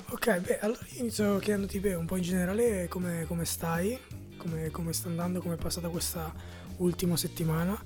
Ok, beh, allora io inizio chiedendoti, un po' in generale come stai, come sta andando, come è passata questa ultima settimana,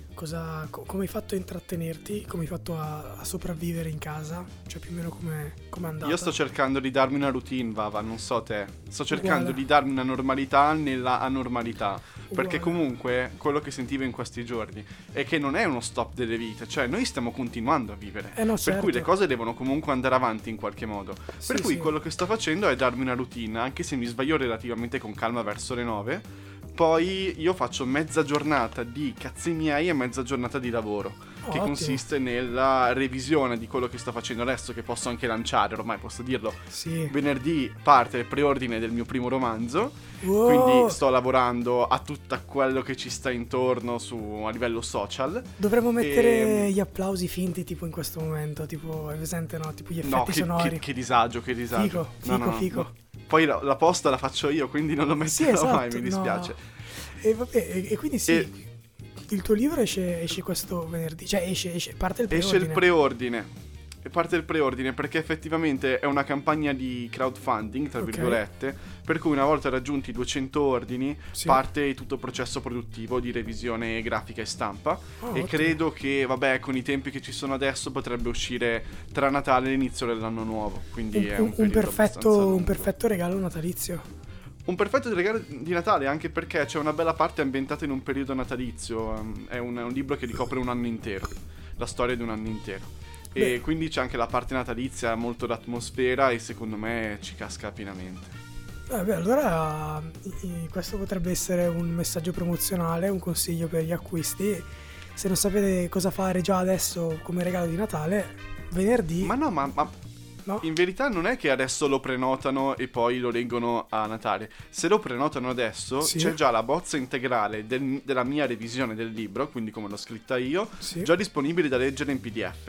come hai fatto a intrattenerti, come hai fatto a sopravvivere in casa, cioè più o meno come è Io andata. sto cercando di darmi una routine, Vava, non so te. Sto cercando Uguale, di darmi una normalità nella anormalità. Perché uguale. comunque quello che sentivo in questi giorni è che non è uno stop delle vite, cioè noi stiamo continuando a vivere. No, Per cui le certo. cose devono comunque andare avanti in qualche modo. Per Sì, cui sì. quello che sto facendo è darmi una routine, anche se mi sveglio relativamente con calma verso le 9. Poi io faccio mezza giornata di cazzi miei e mezza giornata di lavoro, Oh, che ottimo. consiste nella revisione di quello che sto facendo adesso, che posso anche lanciare, ormai posso dirlo. Sì. Venerdì parte il preordine del mio primo romanzo, Wow. quindi sto lavorando a tutto quello che ci sta intorno a livello social. Dovremmo mettere E... gli applausi finti tipo in questo momento, tipo, hai presente, no? Tipo gli No, effetti sonori. che disagio, che disagio. Fico, fico. Poi la posta la faccio io, quindi non lo Sì, metterò mai, esatto, mi no. dispiace. E vabbè, e quindi sì, E il tuo libro esce questo venerdì, cioè parte il esce il preordine. preordine. E parte il preordine perché effettivamente è una campagna di crowdfunding, tra Ok. virgolette, per cui una volta raggiunti 200 ordini Sì. parte tutto il processo produttivo di revisione grafica e stampa. Oh, E ottimo. credo che, vabbè, con i tempi che ci sono adesso potrebbe uscire tra Natale e l'inizio dell'anno nuovo. Quindi è un periodo abbastanza lungo. Un perfetto regalo natalizio. Un perfetto regalo di Natale, anche perché c'è una bella parte ambientata in un periodo natalizio. È un libro che ricopre un anno intero, la storia di un anno intero. Beh. E quindi c'è anche la parte natalizia, molto d'atmosfera, e secondo me ci casca pienamente. Beh, allora questo potrebbe essere un messaggio promozionale, un consiglio per gli acquisti. Se non sapete cosa fare già adesso come regalo di Natale, venerdì. Ma no, ma No? in verità non è che adesso lo prenotano e poi lo leggono a Natale. Se lo prenotano adesso, Sì. c'è già la bozza integrale della mia revisione del libro, quindi come l'ho scritta io, Sì. già disponibile da leggere in PDF.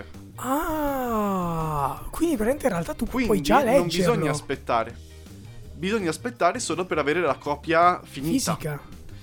Ah, quindi praticamente in realtà tu puoi Quindi già leggerlo. non bisogna aspettare. Bisogna aspettare solo per avere la copia finita. Fisica.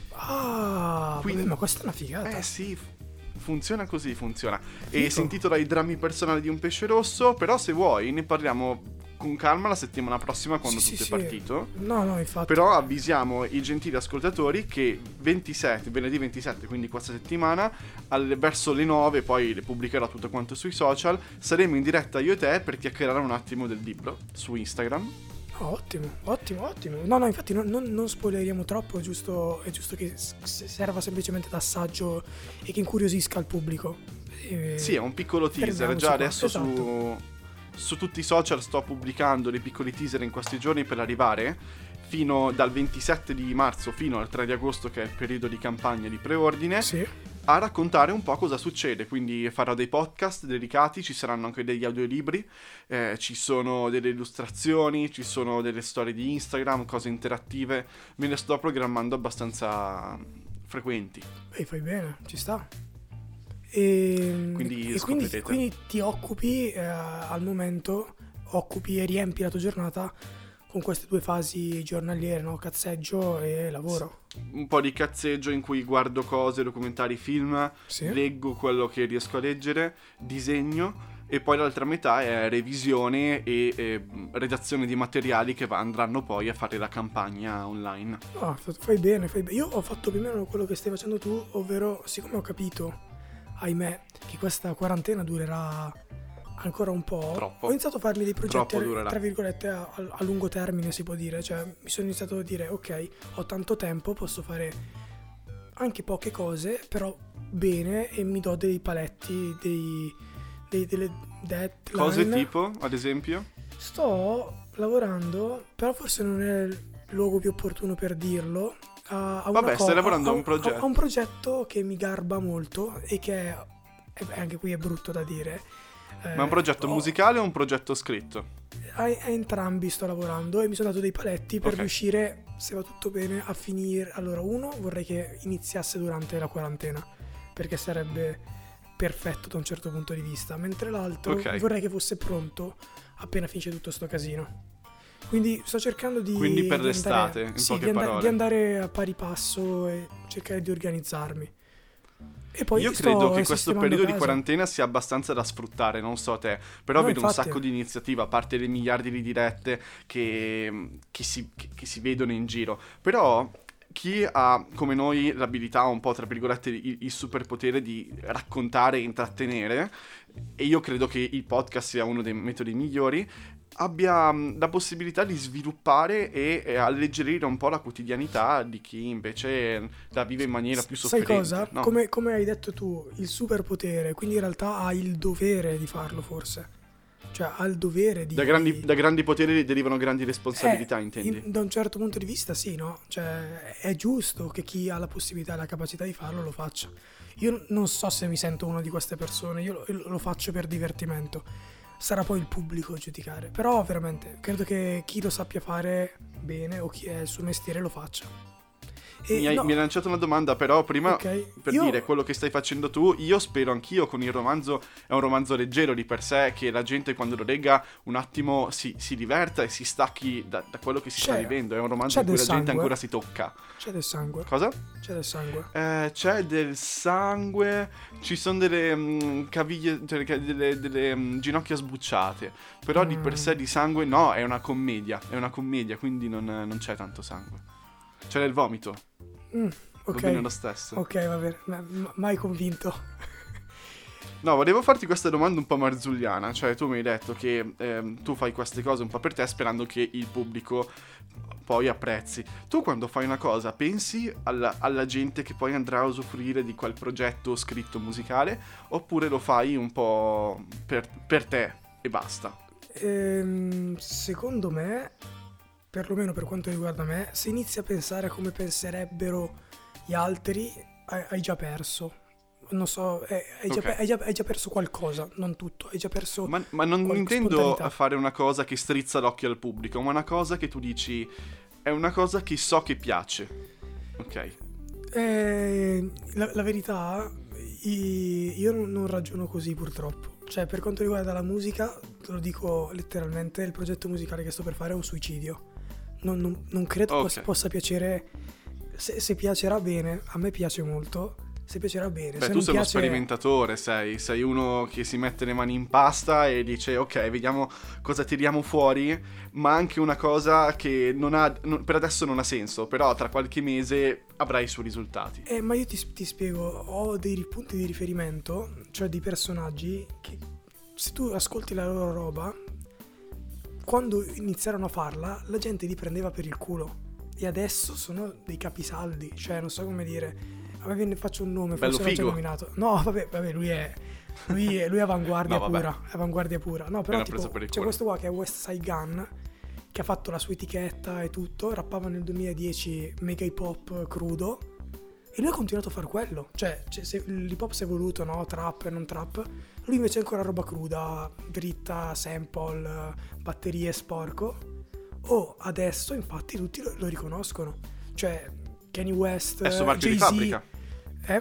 Ah, Quindi- vabbè, ma questa è una figata. Sì, funziona così, funziona. Figo. E si intitola I drammi personali di un pesce rosso, però se vuoi ne parliamo con calma la settimana prossima quando Sì, tutto sì, è partito. No, infatti. Però avvisiamo i gentili ascoltatori che venerdì 27, quindi questa settimana, verso le 9, poi le pubblicherò tutto quanto sui social, saremo in diretta io e te per chiacchierare un attimo del libro su Instagram. Oh, ottimo. No, infatti non spoileriamo troppo, è giusto che serva semplicemente d'assaggio e che incuriosisca il pubblico. Sì, è un piccolo teaser. fermiamoci Già qua, adesso esatto. su tutti i social sto pubblicando dei piccoli teaser in questi giorni per arrivare fino dal 27 di marzo fino al 3 di agosto, che è il periodo di campagna di preordine, Sì. a raccontare un po' cosa succede. Quindi farò dei podcast dedicati, ci saranno anche degli audiolibri, ci sono delle illustrazioni, ci sono delle storie di Instagram, cose interattive. Me ne sto programmando abbastanza frequenti. Beh, fai bene, ci sta. E Quindi e scoprirete. quindi ti occupi al momento, occupi e riempi la tua giornata con queste due fasi giornaliere, no? Cazzeggio e lavoro. Un po' di cazzeggio in cui guardo cose, documentari, film, Sì. leggo quello che riesco a leggere, disegno, e poi l'altra metà è revisione e redazione di materiali che andranno poi a fare la campagna online. No, fai bene. Io ho fatto più o meno quello che stai facendo tu, ovvero, siccome ho capito, ahimè, che questa quarantena durerà ancora un po', Troppo. ho iniziato a farmi dei progetti, Troppo durerà. tra virgolette, a lungo termine, si può dire. Cioè, mi sono iniziato a dire, ok, ho tanto tempo, posso fare anche poche cose, però bene, e mi do dei paletti, delle deadline. Cose tipo, ad esempio? Sto lavorando, però forse non è il luogo più opportuno per dirlo. A una Vabbè, stai lavorando a un progetto. A un progetto che mi garba molto e che anche qui è brutto da dire. Ma è un progetto musicale o un progetto scritto? A entrambi sto lavorando e mi sono dato dei paletti per Ok. riuscire, se va tutto bene, a finire. Allora, uno, vorrei che iniziasse durante la quarantena, perché sarebbe perfetto da un certo punto di vista, mentre l'altro Ok. vorrei che fosse pronto appena finisce tutto sto casino. Quindi sto cercando di... Quindi per di l'estate, andare- in sì, poche parole. di andare a pari passo e cercare di organizzarmi. E poi Io credo che questo sistemando periodo di casa. quarantena sia abbastanza da sfruttare, non so te, però No, vedo un infatti. sacco di iniziative, a parte le miliardi di dirette che si vedono in giro. Però chi ha, come noi, l'abilità, un po' tra virgolette, il superpotere di raccontare e intrattenere, e io credo che il podcast sia uno dei metodi migliori, abbia la possibilità di sviluppare e alleggerire un po' la quotidianità di chi invece la vive in maniera più Sai sofferente, cosa? no? Come hai detto tu, il superpotere, quindi in realtà ha il dovere di farlo forse. Cioè ha il dovere di... Da grandi poteri derivano grandi responsabilità, intendi? Da un certo punto di vista sì, no? Cioè è giusto che chi ha la possibilità e la capacità di farlo lo faccia. Io non so se mi sento una di queste persone, io lo faccio per divertimento. Sarà poi il pubblico a giudicare. Però veramente credo che chi lo sappia fare bene o chi è il suo mestiere lo faccia. Mi hai lanciato una domanda, però prima, Ok, per dire quello che stai facendo tu, io spero anch'io con il romanzo, è un romanzo leggero di per sé, che la gente quando lo legga un attimo si diverta e si stacchi da quello che si sta vivendo. È un romanzo in cui la gente ancora si tocca. C'è del sangue. Cosa? C'è del sangue. C'è del sangue, ci sono delle caviglie, cioè, delle ginocchia sbucciate, però di per sé di sangue no, è una commedia, quindi non c'è tanto sangue. C'è del vomito. Ok. Va bene lo stesso. Ok, va bene. Mai convinto. No, volevo farti questa domanda un po' marzulliana. Cioè, tu mi hai detto che tu fai queste cose un po' per te, sperando che il pubblico poi apprezzi. Tu quando fai una cosa pensi alla gente che poi andrà a usufruire di quel progetto scritto musicale, oppure lo fai un po' per te e basta? Secondo me, perlomeno per quanto riguarda me, se inizi a pensare a come penserebbero gli altri, hai già perso. Non so, hai già perso qualcosa, non tutto, hai già perso. Ma non qualche intendo spontaneità. fare una cosa che strizza l'occhio al pubblico, ma una cosa che tu dici è una cosa che so che piace. Ok. La verità, io non ragiono così purtroppo. Cioè, per quanto riguarda la musica, te lo dico letteralmente, il progetto musicale che sto per fare è un suicidio. Non credo possa piacere. Se piacerà bene, a me piace molto. Se piacerà bene. Beh, se tu non sei piace... uno sperimentatore, sei uno che si mette le mani in pasta e dice ok, vediamo cosa tiriamo fuori, ma anche una cosa che per adesso non ha senso, però tra qualche mese avrà i suoi risultati. Ma io ti spiego, ho dei punti di riferimento, cioè di personaggi che se tu ascolti la loro roba, quando iniziarono a farla, la gente li prendeva per il culo. E adesso sono dei capisaldi, cioè non so come dire. A me faccio un nome, Bello forse l'ho già figo. nominato. No, vabbè, lui è avanguardia No, vabbè. pura. È avanguardia pura. No, però Era tipo, preso per il c'è culo. questo qua che è West Side Gun, che ha fatto la sua etichetta e tutto, rappava nel 2010 mega hip hop crudo. E lui ha continuato a fare quello. Cioè l'hip hop si è evoluto, no? Trap e non trap. Lui invece è ancora roba cruda, dritta, sample, batterie, sporco. Adesso infatti tutti lo riconoscono. Cioè Kanye West, È il suo marchio di Jay-Z. fabbrica. È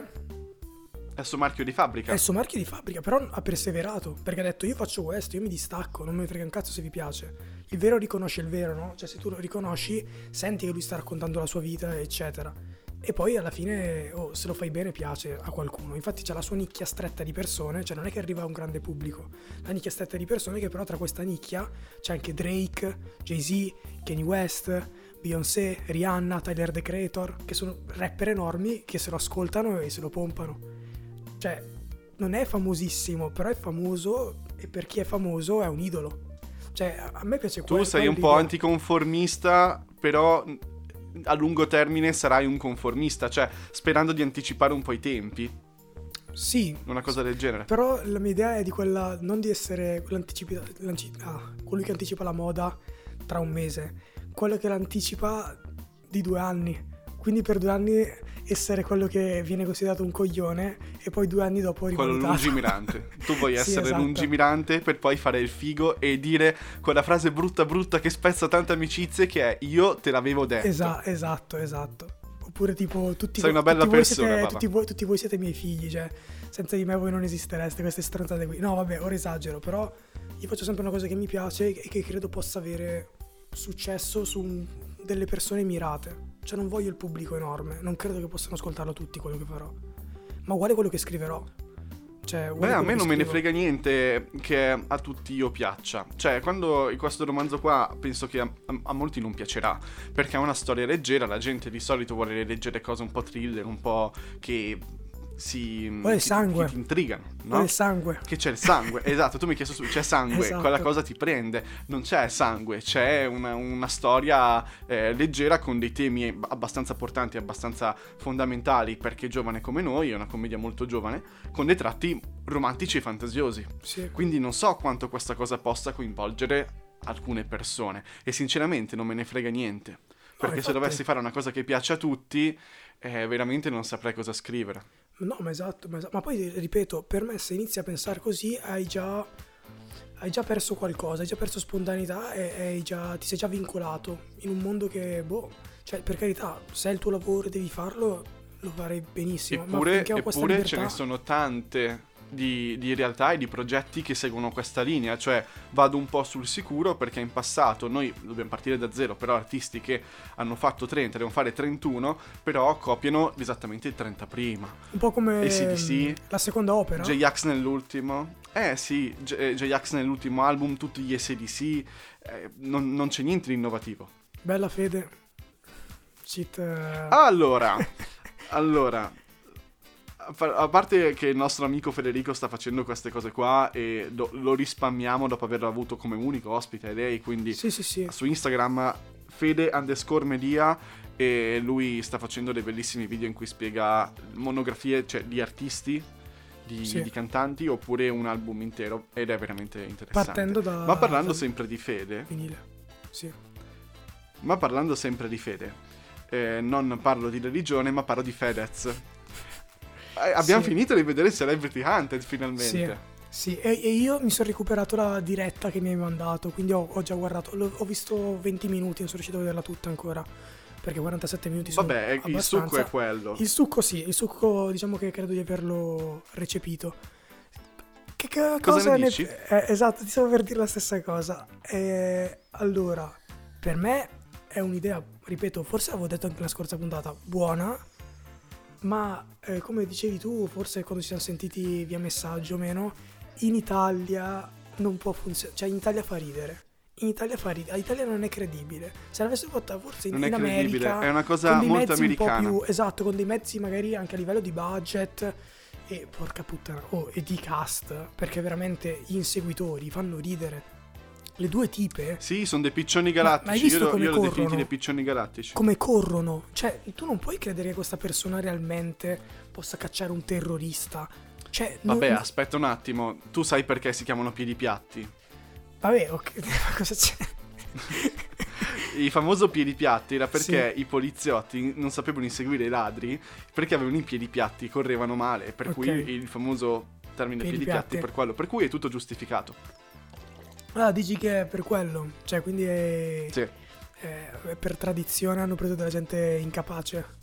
il suo marchio di fabbrica. È il suo marchio di fabbrica, però ha perseverato, perché ha detto io faccio questo, io mi distacco, non mi frega un cazzo se vi piace. Il vero riconosce il vero, no? Cioè se tu lo riconosci, senti che lui sta raccontando la sua vita, eccetera. E poi alla fine, se lo fai bene, piace a qualcuno. Infatti c'ha la sua nicchia stretta di persone, cioè non è che arriva a un grande pubblico. La nicchia stretta di persone che però tra questa nicchia c'è anche Drake, Jay-Z, Kanye West, Beyoncé, Rihanna, Tyler The Creator, che sono rapper enormi che se lo ascoltano e se lo pompano. Cioè, non è famosissimo, però è famoso e per chi è famoso è un idolo. Cioè, a me piace Tu sei un po' anticonformista, però a lungo termine sarai un conformista, cioè sperando di anticipare un po' i tempi. Sì. Una cosa del genere. Però la mia idea è di quella, non di essere colui che anticipa la moda tra un mese, quello che l'anticipa di 2 anni. Quindi per 2 anni essere quello che viene considerato un coglione e poi 2 anni dopo quello rivalutato. lungimirante. Tu vuoi Sì, essere esatto. lungimirante per poi fare il figo e dire quella frase brutta che spezza tante amicizie, che è io te l'avevo detto. Esatto. Oppure tipo sei una bella persona, tutti voi siete miei figli, cioè senza di me voi non esistereste, queste stronzate qui. No vabbè, ora esagero, però io faccio sempre una cosa che mi piace e che credo possa avere successo su delle persone mirate. Cioè non voglio il pubblico enorme, non credo che possano ascoltarlo tutti quello che farò. ma uguale quello che scriverò. Cioè, Beh, a me non me ne frega niente che a tutti io piaccia. Cioè, quando questo romanzo qua penso che a molti non piacerà, perché è una storia leggera, la gente di solito vuole leggere cose un po' thriller, un po' che vuole il sangue. che ti intrigano, no? Vuole il sangue. Che c'è il sangue, esatto, tu mi hai chiesto c'è sangue, Esatto. quella cosa ti prende. Non c'è sangue, c'è una storia leggera con dei temi abbastanza portanti, abbastanza fondamentali, perché giovane come noi, è una commedia molto giovane, con dei tratti romantici e fantasiosi. Sì. Quindi non so quanto questa cosa possa coinvolgere alcune persone, e sinceramente non me ne frega niente, perché se infatti. dovessi fare una cosa che piace a tutti, veramente non saprei cosa scrivere. No, ma esatto, ma poi ripeto, per me se inizi a pensare così hai già perso qualcosa, hai già perso spontaneità e ti sei già vincolato in un mondo che, cioè per carità, se è il tuo lavoro e devi farlo, lo farei benissimo. Eppure ho questa ce libertà, ne sono tante di realtà e di progetti che seguono questa linea, cioè vado un po' sul sicuro perché in passato noi dobbiamo partire da zero, però artisti che hanno fatto 30 devono fare 31, però copiano esattamente il 30 prima. un po' come AC/DC, la seconda opera. J-Ax nell'ultimo, sì, J-Ax nell'ultimo album, tutti gli AC/DC, non c'è niente di innovativo. Bella fede. Allora, a parte che il nostro amico Federico sta facendo queste cose qua e lo rispammiamo dopo averlo avuto come unico ospite lei, quindi Sì. su Instagram Fede_Media, e lui sta facendo dei bellissimi video in cui spiega monografie, cioè di artisti, di cantanti, oppure un album intero, ed è veramente interessante. Partendo da... Ma parlando sempre di Fede, vinile. Sì. non parlo di religione, ma parlo di Fedez. Abbiamo finito di vedere Celebrity Hunted finalmente. Sì, e io mi sono recuperato la diretta che mi hai mandato, quindi ho già guardato, ho visto 20 minuti, non sono riuscito a vederla tutta ancora, perché 47 minuti sono abbastanza. Il succo è quello. Il succo diciamo che credo di averlo recepito. Cosa ne dici? Esatto, ti stavo per dire la stessa cosa. Allora, per me è un'idea, ripeto, forse avevo detto anche la scorsa puntata, buona, ma come dicevi tu, forse quando ci siamo sentiti via messaggio o meno, in Italia non può funzionare, cioè in Italia fa ridere. L'Italia non è credibile. Se l'avessero fatta forse in America, è una cosa molto americana. Un po' più, esatto, con dei mezzi magari anche a livello di budget e porca puttana, e di cast, perché veramente gli inseguitori fanno ridere. Le due tipe, sì, sono dei piccioni galattici. Ma hai visto come io li ho corrono? definiti dei piccioni galattici. Come corrono, cioè tu non puoi credere che questa persona realmente possa cacciare un terrorista. Cioè, vabbè, aspetta un attimo, tu sai perché si chiamano piedi piatti? Vabbè, ok, ma cosa c'è? Il famoso piedi piatti era perché i poliziotti non sapevano inseguire i ladri perché avevano i piedi piatti, correvano male, per cui il famoso termine piedi piatti per quello, per cui è tutto giustificato. Ah, dici che è per quello, cioè quindi è per tradizione hanno preso della gente incapace.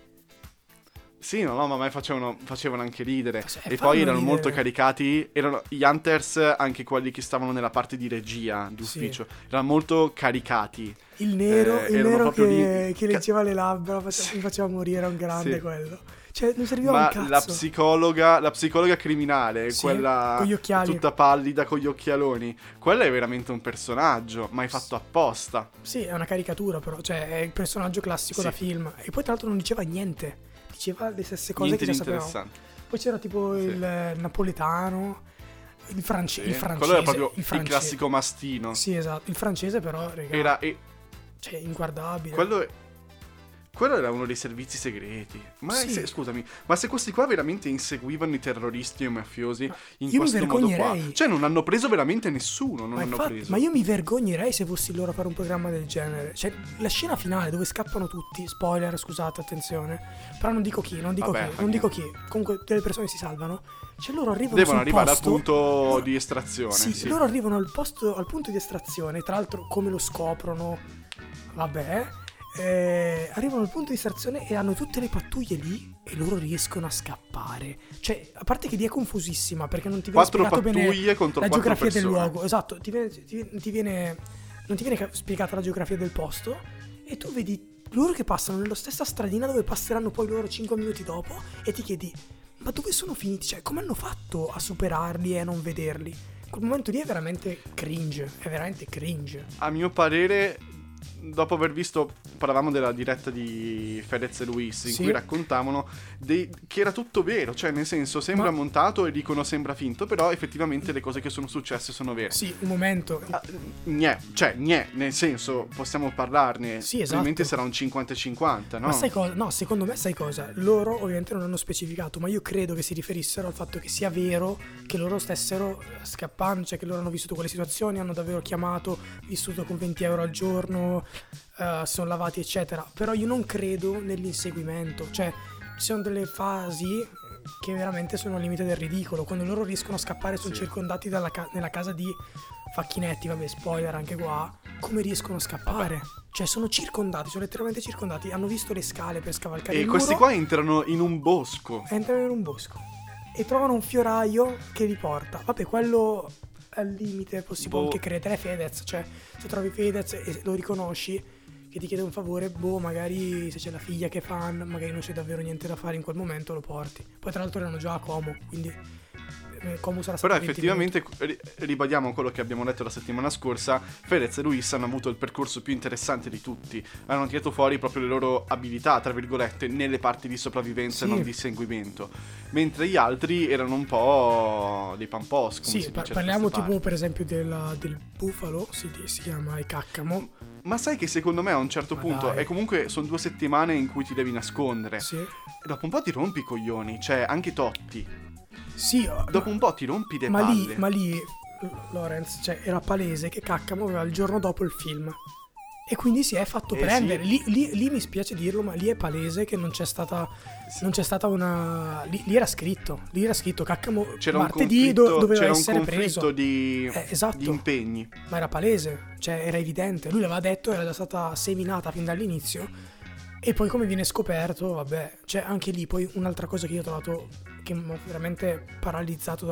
Sì, no, ma a me facevano anche ridere. E fanno poi erano ridere. molto caricati. Erano gli Hunters, anche quelli che stavano nella parte di regia d'ufficio. Erano molto caricati. Il nero che lì... leggeva le labbra, mi faceva morire, era un grande quello. Cioè, non serviva un cazzo. Ma la psicologa criminale, quella con gli occhiali, tutta pallida con gli occhialoni, quella è veramente un personaggio, ma è fatto apposta. Sì, è una caricatura però, cioè è il personaggio classico da film. E poi tra l'altro non diceva niente. Diceva le stesse cose niente che già sapevamo. Poi c'era tipo il napoletano, il francese. Quello era proprio il classico mastino. Sì, esatto. Il francese però, era cioè, inguardabile. Quello era uno dei servizi segreti. Ma scusami, ma se questi qua veramente inseguivano i terroristi e i mafiosi in questo modo qua, cioè non hanno preso veramente nessuno, Ma io mi vergognerei se fossi loro a fare un programma del genere. Cioè, la scena finale dove scappano tutti, spoiler, scusate, attenzione, però non dico chi. Comunque delle persone si salvano. Cioè loro devono arrivare al punto di estrazione. Sì, loro arrivano al punto di estrazione, tra l'altro come lo scoprono, vabbè. Arrivano al punto di estrazione e hanno tutte le pattuglie lì e loro riescono a scappare. Cioè, a parte che lì è confusissima perché non ti viene spiegato bene la geografia del luogo. Esatto, non ti viene spiegata la geografia del posto e tu vedi loro che passano nella stessa stradina dove passeranno poi loro 5 minuti dopo e ti chiedi: ma dove sono finiti? Cioè, come hanno fatto a superarli e a non vederli? Quel momento lì è veramente cringe, A mio parere, dopo aver visto, parlavamo della diretta di Fedez e Luis, in cui raccontavano che era tutto vero, cioè nel senso sembra montato e dicono sembra finto, però effettivamente le cose che sono successe sono vere. Sì, un momento. Nel senso possiamo parlarne, sì, esatto. Probabilmente sarà un 50-50, no? Ma sai cosa? No, secondo me sai cosa? Loro ovviamente non hanno specificato, ma io credo che si riferissero al fatto che sia vero che loro stessero scappando, cioè che loro hanno vissuto quelle situazioni, hanno davvero chiamato, vissuto con 20 euro al giorno, sono lavati eccetera. Però io non credo nell'inseguimento, cioè ci sono delle fasi che veramente sono al limite del ridicolo, quando loro riescono a scappare, sono circondati nella casa di Facchinetti, vabbè, spoiler anche qua, come riescono a scappare? Cioè sono circondati, sono letteralmente circondati, hanno visto le scale per scavalcare il muro. E questi qua entrano in un bosco e trovano un fioraio che li porta, vabbè, quello al limite si può anche credere, è Fedez, cioè se trovi Fedez e lo riconosci che ti chiede un favore, magari se c'è la figlia che fan, magari non c'è davvero niente da fare in quel momento, lo porti. Poi tra l'altro erano già a Como, quindi Como sarà stato. Però effettivamente ribadiamo quello che abbiamo detto la settimana scorsa, Fedez e Luis hanno avuto il percorso più interessante di tutti, hanno tirato fuori proprio le loro abilità, tra virgolette, nelle parti di sopravvivenza e non di inseguimento, mentre gli altri erano un po' dei pampos, come si dice. Parliamo tipo per esempio del bufalo, si chiama il Caccamo. Ma sai che secondo me a un certo punto è comunque sono 2 settimane in cui ti devi nascondere. Sì. E dopo un po' ti rompi i coglioni, cioè anche Totti. Sì. Dopo un po' ti rompi le palle. Ma lì Lorenz, cioè era palese che Caccamo aveva il giorno dopo il film. E quindi si è fatto prendere. Sì. Lì mi spiace dirlo, ma lì è palese che non c'è stata una. Lì era scritto. Caccamo c'era martedì doveva essere preso. C'era un conflitto esatto. di impegni. Ma era palese, cioè era evidente. Lui l'aveva detto, era già stata seminata fin dall'inizio. E poi come viene scoperto, vabbè. Cioè anche lì poi un'altra cosa che io ho trovato che mi ha veramente paralizzato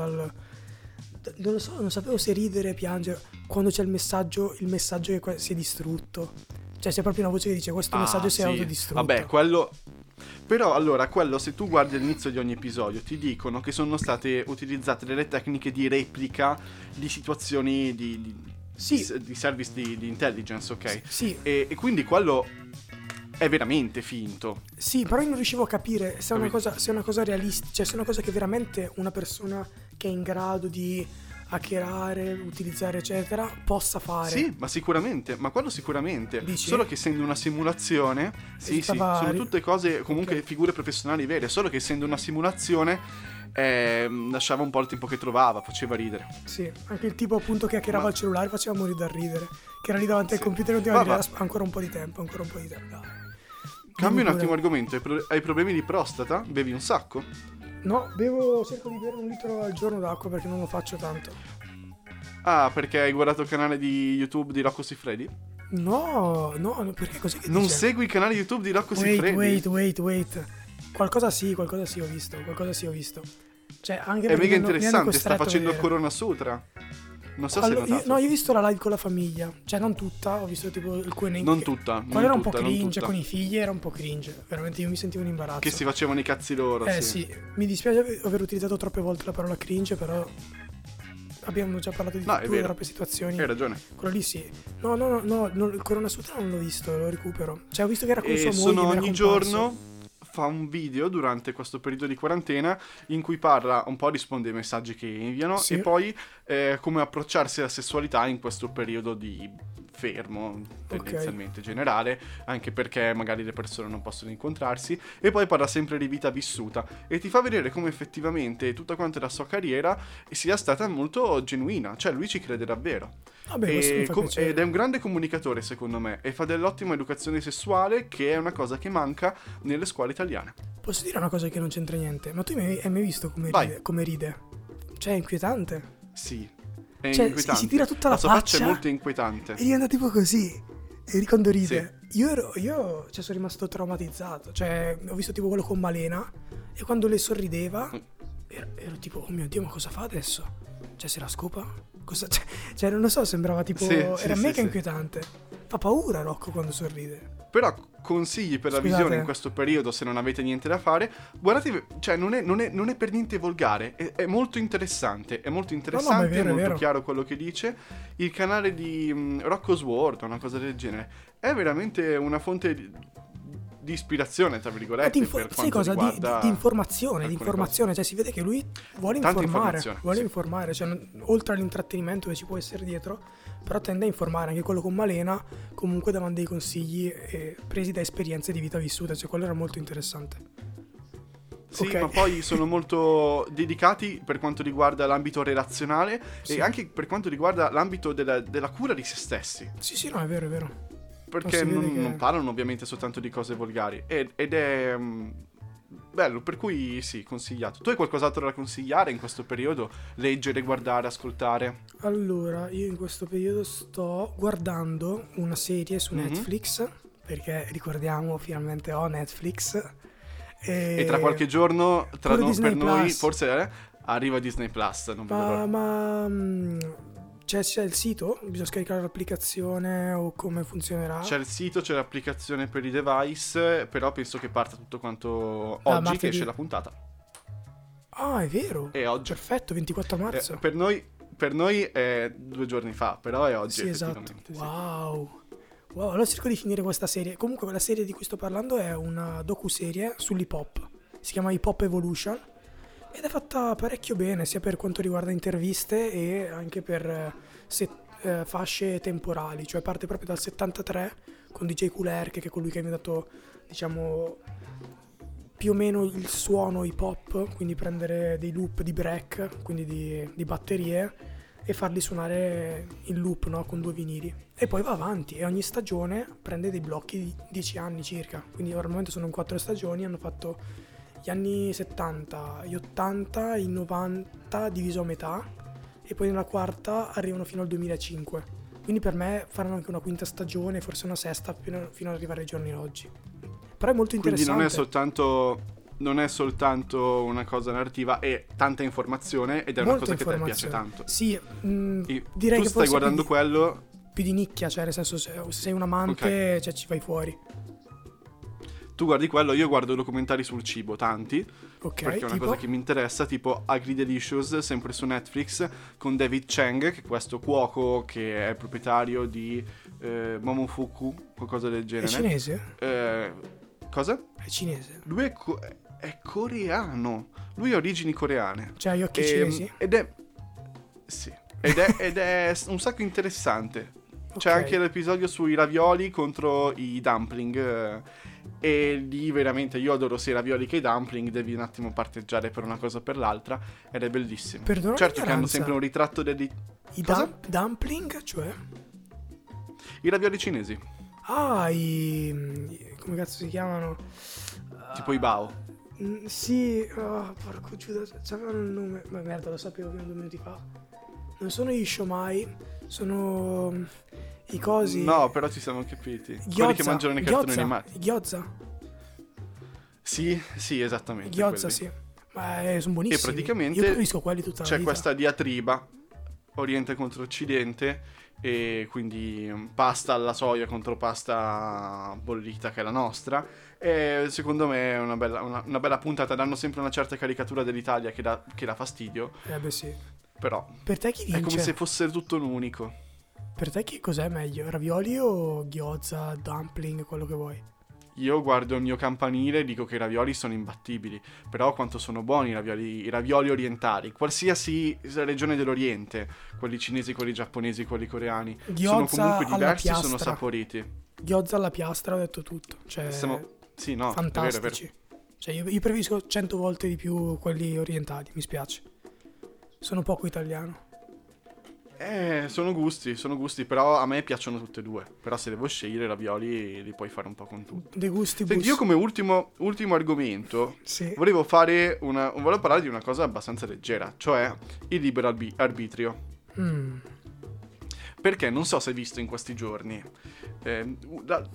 non lo so, non sapevo se ridere o piangere quando c'è il messaggio che si è distrutto. Cioè c'è proprio una voce che dice questo messaggio si è autodistrutto. Vabbè, quello. Però allora, quello se tu guardi all'inizio di ogni episodio ti dicono che sono state utilizzate delle tecniche di replica di situazioni di service di intelligence, ok? Sì. E quindi quello è veramente finto. Sì, però io non riuscivo a capire se è una cosa realistica, cioè se è una cosa che veramente una persona che è in grado di hackerare, utilizzare eccetera possa fare. Sì, ma sicuramente, ma quello sicuramente. Dici? Solo che essendo una simulazione, sono tutte cose comunque figure professionali vere, solo che essendo una simulazione lasciava un po' il tempo che trovava, faceva ridere. Sì, anche il tipo appunto che hackerava il cellulare faceva morire da ridere, che era lì davanti al computer e continuava a dire ancora un po' di tempo, dai. Cambio un attimo argomento, hai problemi di prostata? Bevi un sacco? No, cerco di bere 1 litro al giorno d'acqua perché non lo faccio tanto. Ah, perché hai guardato il canale di YouTube di Rocco Siffredi? No, perché così che non dice? segui il canale YouTube di Rocco Siffredi? Wait. Qualcosa sì ho visto. Cioè, anche è mega interessante, sta facendo Corona Sutra. Non so se hai notato. Io ho visto la live con la famiglia, cioè non tutta, ho visto tipo alcune. Non tutta. Quello era un po' cringe, con i figli era un po' cringe, veramente io mi sentivo in imbarazzo. Che si facevano i cazzi loro. Sì, mi dispiace aver utilizzato troppe volte la parola cringe, però abbiamo già parlato di troppe situazioni. Hai ragione. Quello lì sì. No, il Corona Sutra non l'ho visto, lo recupero. Cioè ho visto che era con sua moglie. Sono ogni giorno fa un video durante questo periodo di quarantena in cui parla un po', risponde ai messaggi che inviano e poi come approcciarsi alla sessualità in questo periodo di fermo tendenzialmente generale, anche perché magari le persone non possono incontrarsi, e poi parla sempre di vita vissuta e ti fa vedere come effettivamente tutta quanta la sua carriera sia stata molto genuina, cioè lui ci crede davvero. Ed è un grande comunicatore secondo me e fa dell'ottima educazione sessuale, che è una cosa che manca nelle scuole italiane. Posso dire una cosa che non c'entra niente, ma tu hai mai visto come ride? Cioè è inquietante. Sì, è inquietante. Si tira tutta la sua faccia è molto inquietante e diventa tipo così. E quando ride io sono rimasto traumatizzato, cioè ho visto tipo quello con Malena e quando le sorrideva ero tipo oh mio Dio, ma cosa fa adesso? Cioè se la scopa? Cioè non lo so, sembrava tipo era mega inquietante. Fa paura Rocco quando sorride. Però consigli per la visione in questo periodo, se non avete niente da fare, guardate, cioè non è per niente volgare, è molto interessante, è molto interessante, vero, è molto vero. chiaro quello che dice. Il canale di Rocco Sword, una cosa del genere, è veramente una fonte di ispirazione, tra virgolette, per sai quanto cosa? riguarda Di informazione, cioè si vede che lui vuole informare, cioè oltre all'intrattenimento che ci può essere dietro, però tende a informare. Anche quello con Malena comunque davano dei consigli presi da esperienze di vita vissute, cioè quello era molto interessante. Sì, Okay. ma poi sono molto dedicati per quanto riguarda l'ambito relazionale Sì. e anche per quanto riguarda l'ambito della cura di se stessi. Sì, no, è vero. Perché si vede non parlano ovviamente soltanto di cose volgari. Ed è bello, per cui sì, consigliato. Tu hai qualcos'altro da consigliare in questo periodo? Leggere, guardare, ascoltare? Allora, io in questo periodo sto guardando una serie su Netflix, perché ricordiamo, finalmente ho Netflix. E tra qualche giorno, pure per Disney noi, Plus. forse arriva Disney Plus. Non vedo l'ora. Ma c'è il sito? Bisogna scaricare l'applicazione o come funzionerà? C'è il sito, c'è l'applicazione per i device, però penso che parta tutto quanto oggi, che martedì. esce la puntata. Ah, è vero. È oggi. Perfetto, 24 marzo. Per noi è 2 giorni fa, però è oggi, Sì, esatto. effettivamente. Sì. Wow, allora cerco di finire questa serie. Comunque la serie di cui sto parlando è una docuserie sull'hip hop. Si chiama Hip Hop Evolution ed è fatta parecchio bene, sia per quanto riguarda interviste e anche per fasce temporali. Cioè parte proprio dal 73 con DJ Kool Herc, che è colui che mi ha dato, diciamo, più o meno il suono hip hop, quindi prendere dei loop di break, quindi di batterie, e farli suonare in loop, no? Con 2 vinili. E poi va avanti e ogni stagione prende dei blocchi di 10 anni circa. Quindi al momento sono in 4 stagioni, hanno fatto gli anni 70, gli 80, i 90 diviso a metà, e poi nella quarta arrivano fino al 2005. Quindi per me faranno anche una quinta stagione, forse una sesta, fino ad arrivare ai giorni d'oggi. Però è molto interessante. Quindi non è soltanto una cosa narrativa, è tanta informazione ed è una cosa che a te piace tanto. Sì, direi tu che stai guardando quello più di nicchia, cioè nel senso, se sei un amante, okay, cioè ci vai fuori. Tu guardi quello, io guardo documentari sul cibo, tanti, Ok, perché è una cosa che mi interessa, tipo AgriDelicious, sempre su Netflix, con David Chang, che è questo cuoco che è proprietario di Momofuku, qualcosa del genere. È cinese? Cosa? È cinese. Lui è coreano. Lui ha origini coreane. Cioè, gli occhi cinesi? Ed è un sacco interessante. C'è Ok. anche l'episodio sui ravioli contro i dumpling. E lì veramente io adoro sia i ravioli che i dumpling. Devi un attimo parteggiare per una cosa o per l'altra. Ed è bellissimo. Perdona certo che hanno l'ignoranza. sempre un ritratto I Cosa? dumpling, cioè? I ravioli cinesi. Ah, come cazzo si chiamano? Tipo i bao. Sì, porco Giuda, c'avevano il nome. Ma merda, lo sapevo fino a 2 minuti fa. Non sono gli shomai, sono i cosi. No, però ci siamo capiti. Gyoza, Quelli che mangiano nei cartoni gyoza, animati. Gyoza, Sì, esattamente. gyoza, quelli. sì. Ma sono buonissimi. E praticamente io preferisco quelli tutta la c'è vita. questa diatriba Oriente contro Occidente, e quindi pasta alla soia contro pasta bollita, che è la nostra. E secondo me è una bella puntata. Danno sempre una certa caricatura dell'Italia che dà fastidio, Beh sì. però Per te chi vince? è come se fosse tutto un unico. Per te cos'è meglio? Ravioli o gyoza, dumpling, quello che vuoi? Io guardo il mio campanile e dico che i ravioli sono imbattibili, però quanto sono buoni i ravioli orientali, qualsiasi regione dell'Oriente, quelli cinesi, quelli giapponesi, quelli coreani, sono Gyoza comunque alla diversi, piastra. sono saporiti. Gyoza alla piastra, ho detto tutto. Cioè, Sì, no, fantastici. è vero. Cioè, io preferisco 100 volte di più quelli orientali, mi spiace. Sono poco italiano. Sono gusti, però a me piacciono tutte e due. Però se devo scegliere, i ravioli li puoi fare un po' con tutto. De gusti Senti, io come ultimo argomento Sì. volevo parlare di una cosa abbastanza leggera, cioè il libero arbitrio. Perché non so se hai visto in questi giorni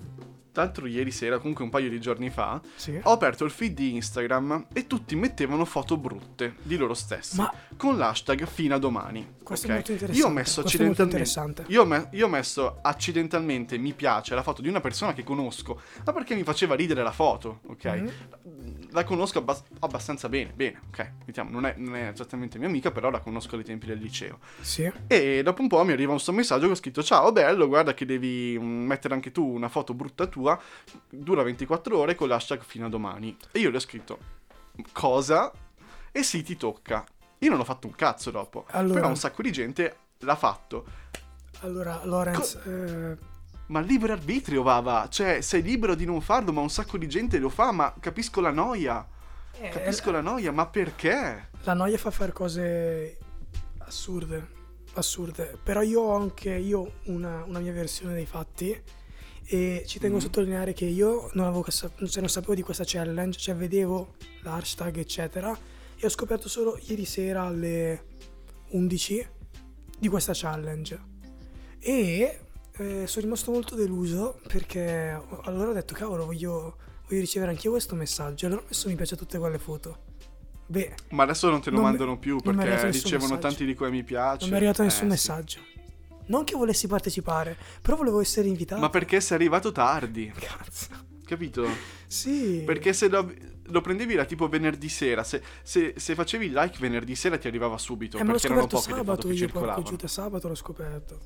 l'altro ieri sera, comunque un paio di giorni fa, Sì. ho aperto il feed di Instagram e tutti mettevano foto brutte di loro stessi, Ma con l'hashtag fino a domani. questo ok? è molto interessante. Io ho messo Questo è molto accidentalmente, interessante. io ho messo accidentalmente mi piace la foto di una persona che conosco, ma perché mi faceva ridere la foto, ok? Mhm. La conosco abbastanza bene, ok? Diciamo, non è esattamente mia amica, però la conosco dai tempi del liceo. Sì. E dopo un po' mi arriva un suo messaggio che ho scritto: ciao bello, guarda che devi mettere anche tu una foto brutta tua, dura 24 ore con l'hashtag fino a domani. E io le ho scritto: cosa? E sì, ti tocca. Io non ho fatto un cazzo dopo, Allora- però un sacco di gente l'ha fatto. Allora, Lorenz, Ma libero arbitrio, Vava, cioè sei libero di non farlo, ma un sacco di gente lo fa, ma capisco la noia, ma perché? la noia fa fare cose assurde. Però io ho anche una mia versione dei fatti e ci tengo a sottolineare che io non sapevo di questa challenge, cioè vedevo l'hashtag eccetera e ho scoperto solo ieri sera alle 11 di questa challenge e sono rimasto molto deluso perché allora ho detto cavolo voglio ricevere anch'io questo messaggio e allora ho messo mi piace a tutte quelle foto. Beh, Ma adesso non te lo non mi- mandano più non mi è arrivato perché nessun ricevono messaggio. tanti di quei mi piace. non mi è arrivato nessun sì. messaggio. Non che volessi partecipare, però volevo essere invitato. Ma perché sei arrivato tardi, Cazzo. capito? Sì. Perché se lo prendevi era tipo venerdì sera, se facevi il like venerdì sera ti arrivava subito, me l'ho perché erano scoperto poche le foto sabato che io, porco circolavano. giù, sabato l'ho scoperto.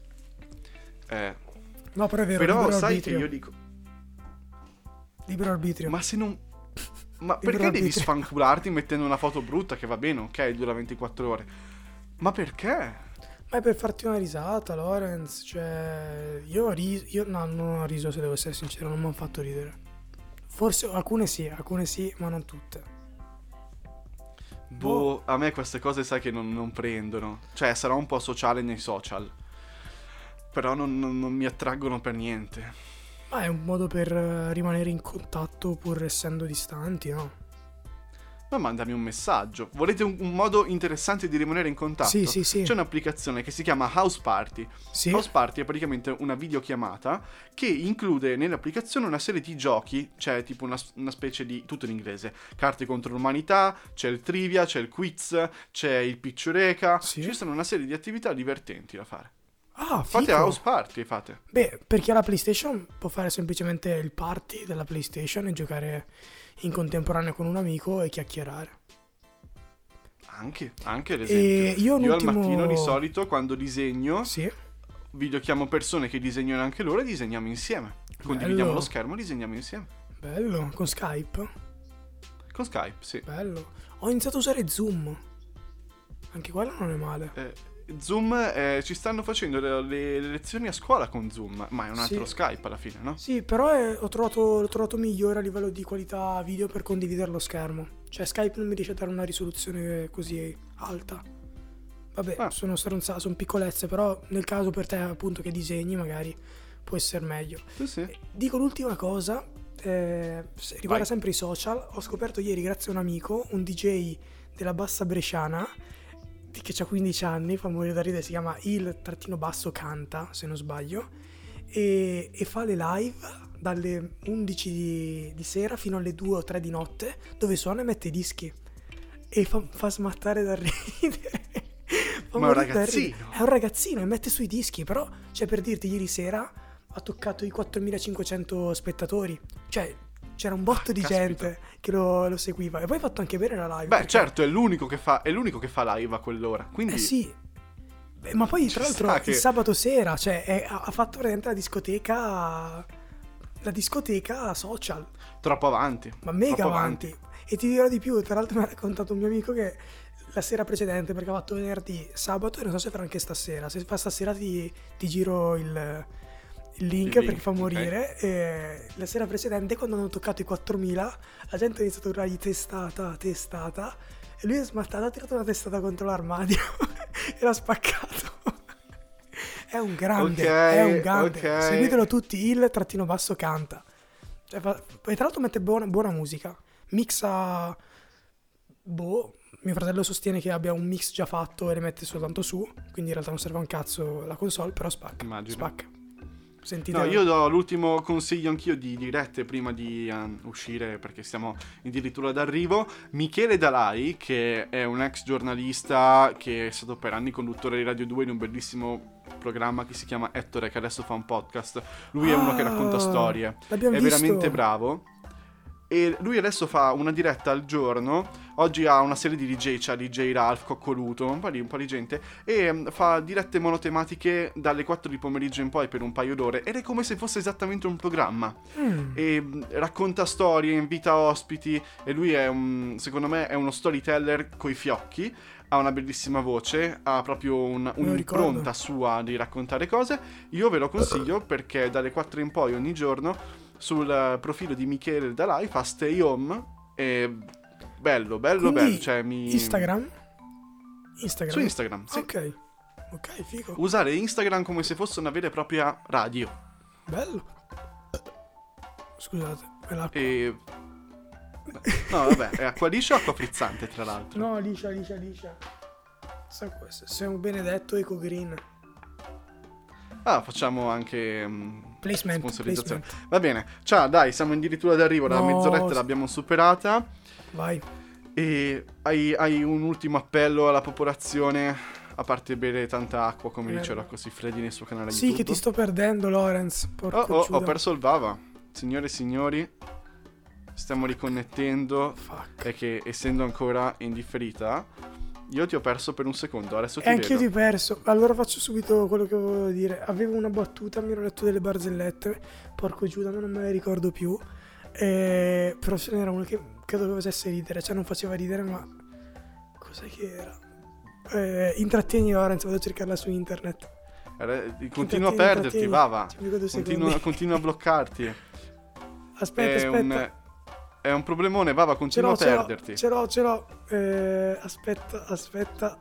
No, però è vero, Però libero sai arbitrio. che io dico, Libero arbitrio. ma se non... Ma Libero perché devi arbitrio. sfancularti mettendo una foto brutta che va bene, ok, dura 24 ore. Ma perché? Ma è per farti una risata, Lorenz. Cioè, io no, non ho riso se devo essere sincero, non mi hanno fatto ridere. Forse alcune sì, ma non tutte. Boh, a me queste cose sai che non prendono. Cioè, sarò un po' sociale nei social. Però non mi attraggono per niente. Ma è un modo per rimanere in contatto pur essendo distanti, no? Ma mandami un messaggio. Volete un modo interessante di rimanere in contatto? Sì. C'è un'applicazione che si chiama House Party. Sì? House Party è praticamente una videochiamata che include nell'applicazione una serie di giochi, cioè tipo una specie di, tutto in inglese, carte contro l'umanità, c'è il trivia, c'è il quiz, c'è il picciureca, Sì. ci sono una serie di attività divertenti da fare. Ah, Fate figo. House Party, fate. Beh, per chi ha la PlayStation può fare semplicemente il party della PlayStation e giocare in contemporanea con un amico e chiacchierare. Anche ad E esempio. io un Io ultimo... al mattino di solito quando disegno, Sì, videochiamo persone che disegnano anche loro e disegniamo insieme. Condividiamo Bello. lo schermo e disegniamo insieme. bello, con Skype. Con Skype, sì. Bello. Ho iniziato a usare Zoom. Anche quello non è male. Zoom, ci stanno facendo le lezioni a scuola con Zoom, ma è un altro Sì. Skype alla fine, no? Sì, però l'ho trovato migliore a livello di qualità video per condividere lo schermo. Cioè Skype non mi riesce a dare una risoluzione così alta. Vabbè, Ah. sono stronzate, sono piccolezze, però nel caso per te appunto che disegni magari può essere meglio. Sì. Dico l'ultima cosa, riguarda Vai. sempre i social. Ho scoperto ieri, grazie a un amico, un DJ della Bassa Bresciana che ha 15 anni, fa morire da ridere, si chiama il-canta, se non sbaglio, e fa le live dalle 11 di sera fino alle 2 o 3 di notte, dove suona e mette i dischi e fa smattare da ridere. Fa Ma è un morire da ridere. ragazzino? È un ragazzino e mette sui dischi, però, cioè, per dirti, ieri sera ha toccato i 4500 spettatori, cioè c'era un botto di caspita. gente che lo seguiva e poi ha fatto anche bene la live. Beh, perché- certo, è l'unico che fa live a quell'ora, quindi... sì. Beh, ma poi tra Ci l'altro sta il che- sabato sera, cioè ha fatto veramente la discoteca social, Troppo avanti. ma mega troppo avanti. E ti dirò di più, tra l'altro mi ha raccontato un mio amico che la sera precedente, perché ha fatto venerdì, sabato e non so se farà anche stasera, se fa stasera ti giro il link perché fa ok. morire. E la sera precedente, quando hanno toccato i 4000, la gente ha iniziato a urlargli testata e lui è smattato, ha tirato una testata contro l'armadio e l'ha spaccato. È un grande, Ok, è un grande. ok. Seguitelo tutti, il-canta. Cioè, e tra l'altro mette buona musica, mixa, mio fratello sostiene che abbia un mix già fatto e le mette soltanto su, quindi in realtà non serve un cazzo la console, però spacca. Immagino. Spacca. Sentite. No, io do l'ultimo consiglio anch'io di dirette prima di uscire, perché siamo addirittura d'arrivo. Michele Dalai, che è un ex giornalista che è stato per anni conduttore di Radio 2 in un bellissimo programma che si chiama Ettore, che adesso fa un podcast. Lui è uno che racconta storie, è veramente bravo. E lui adesso fa una diretta al giorno. Oggi ha una serie di DJ, c'ha DJ Ralph, Coccoluto, un po' di gente, e fa dirette monotematiche dalle 4 di pomeriggio in poi per un paio d'ore, ed è come se fosse esattamente un programma. E racconta storie, invita ospiti, e lui è secondo me è uno storyteller coi fiocchi. Ha una bellissima voce, ha proprio un'impronta sua di raccontare cose. Io ve lo consiglio perché dalle 4 in poi ogni giorno sul profilo di Michele Dalai fa Stay Home, e bello. Cioè, Instagram? Su Instagram, sì. Ok, figo. Usare Instagram come se fosse una vera e propria radio. Bello. Scusate, è l'acqua. No, vabbè, è acqua liscia o acqua frizzante, tra l'altro? No, liscia. Sei un benedetto Eco Green. Facciamo anche sponsorizzazione. Placement. Va bene, ciao, dai, siamo addirittura d'arrivo, la mezz'oretta l'abbiamo superata. Vai. E hai un ultimo appello alla popolazione, a parte bere tanta acqua, come dice Rocco Siffredi nel suo canale YouTube? Sì, che ti sto perdendo, Lorenz. Ho perso il Vava. Signore e signori, stiamo riconnettendo. Fuck. E che, essendo ancora in differita, io ti ho perso per un secondo, adesso ti E anch'io vedo. ti ho perso. Allora faccio subito quello che volevo dire. Avevo una battuta, mi ero letto delle barzellette. Porco Giuda, ma non me le ricordo più. Però ce n'era uno che doveva facesse ridere. Cioè non faceva ridere, ma... Cos'è che era? Intrattieni Lorenz, vado a cercarla su internet. Continua a perderti, Vava. Continua a bloccarti. Aspetta. È un problemone, Vava, continua a perderti. Ce l'ho. Aspetta.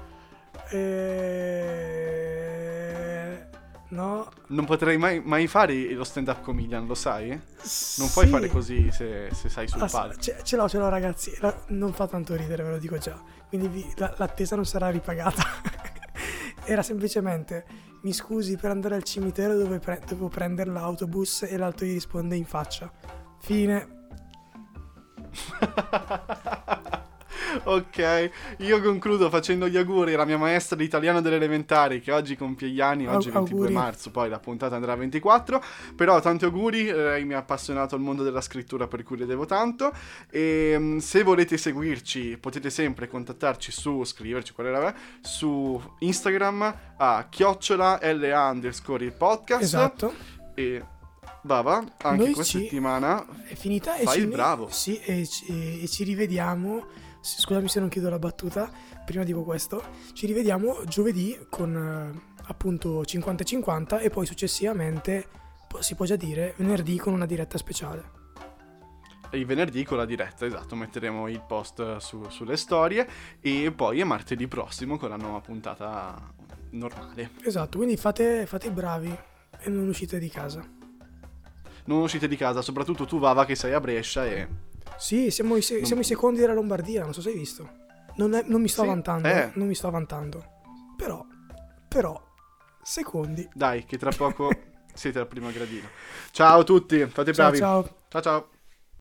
No. Non potrei mai fare lo stand-up comedian, lo sai? Non Sì. puoi fare così se sei sul palco. Ce l'ho, ragazzi. Non fa tanto ridere, ve lo dico già. Quindi l'attesa non sarà ripagata. Era semplicemente: mi scusi, per andare al cimitero devo prendere l'autobus, e l'altro gli risponde in faccia. Fine. Ok, io concludo facendo gli auguri alla mia maestra di italiano delle elementari, che oggi compie gli anni, oggi 22 marzo, poi la puntata andrà a 24, però tanti auguri, lei mi ha appassionato al mondo della scrittura, per cui le devo tanto. E se volete seguirci potete sempre contattarci scriverci su Instagram a @LA_il podcast. Esatto. E Bava, anche Noi questa settimana è finita, fai il bravo. Sì, e ci rivediamo. Scusami se non chiudo la battuta, prima dico questo. Ci rivediamo giovedì con appunto 50-50, e poi successivamente si può già dire venerdì con una diretta speciale. Il venerdì con la diretta, esatto, metteremo il post sulle storie, e poi è martedì prossimo con la nuova puntata normale. Esatto, quindi fate i bravi e non uscite di casa. Non uscite di casa, soprattutto tu, Vava, che sei a Brescia e... Sì, siamo i secondi della Lombardia, non so se hai visto. Non mi sto vantando, non mi sto vantando. Però, secondi. Dai, che tra poco siete al primo gradino. Ciao a tutti, fate bravi. Ciao. Ciao.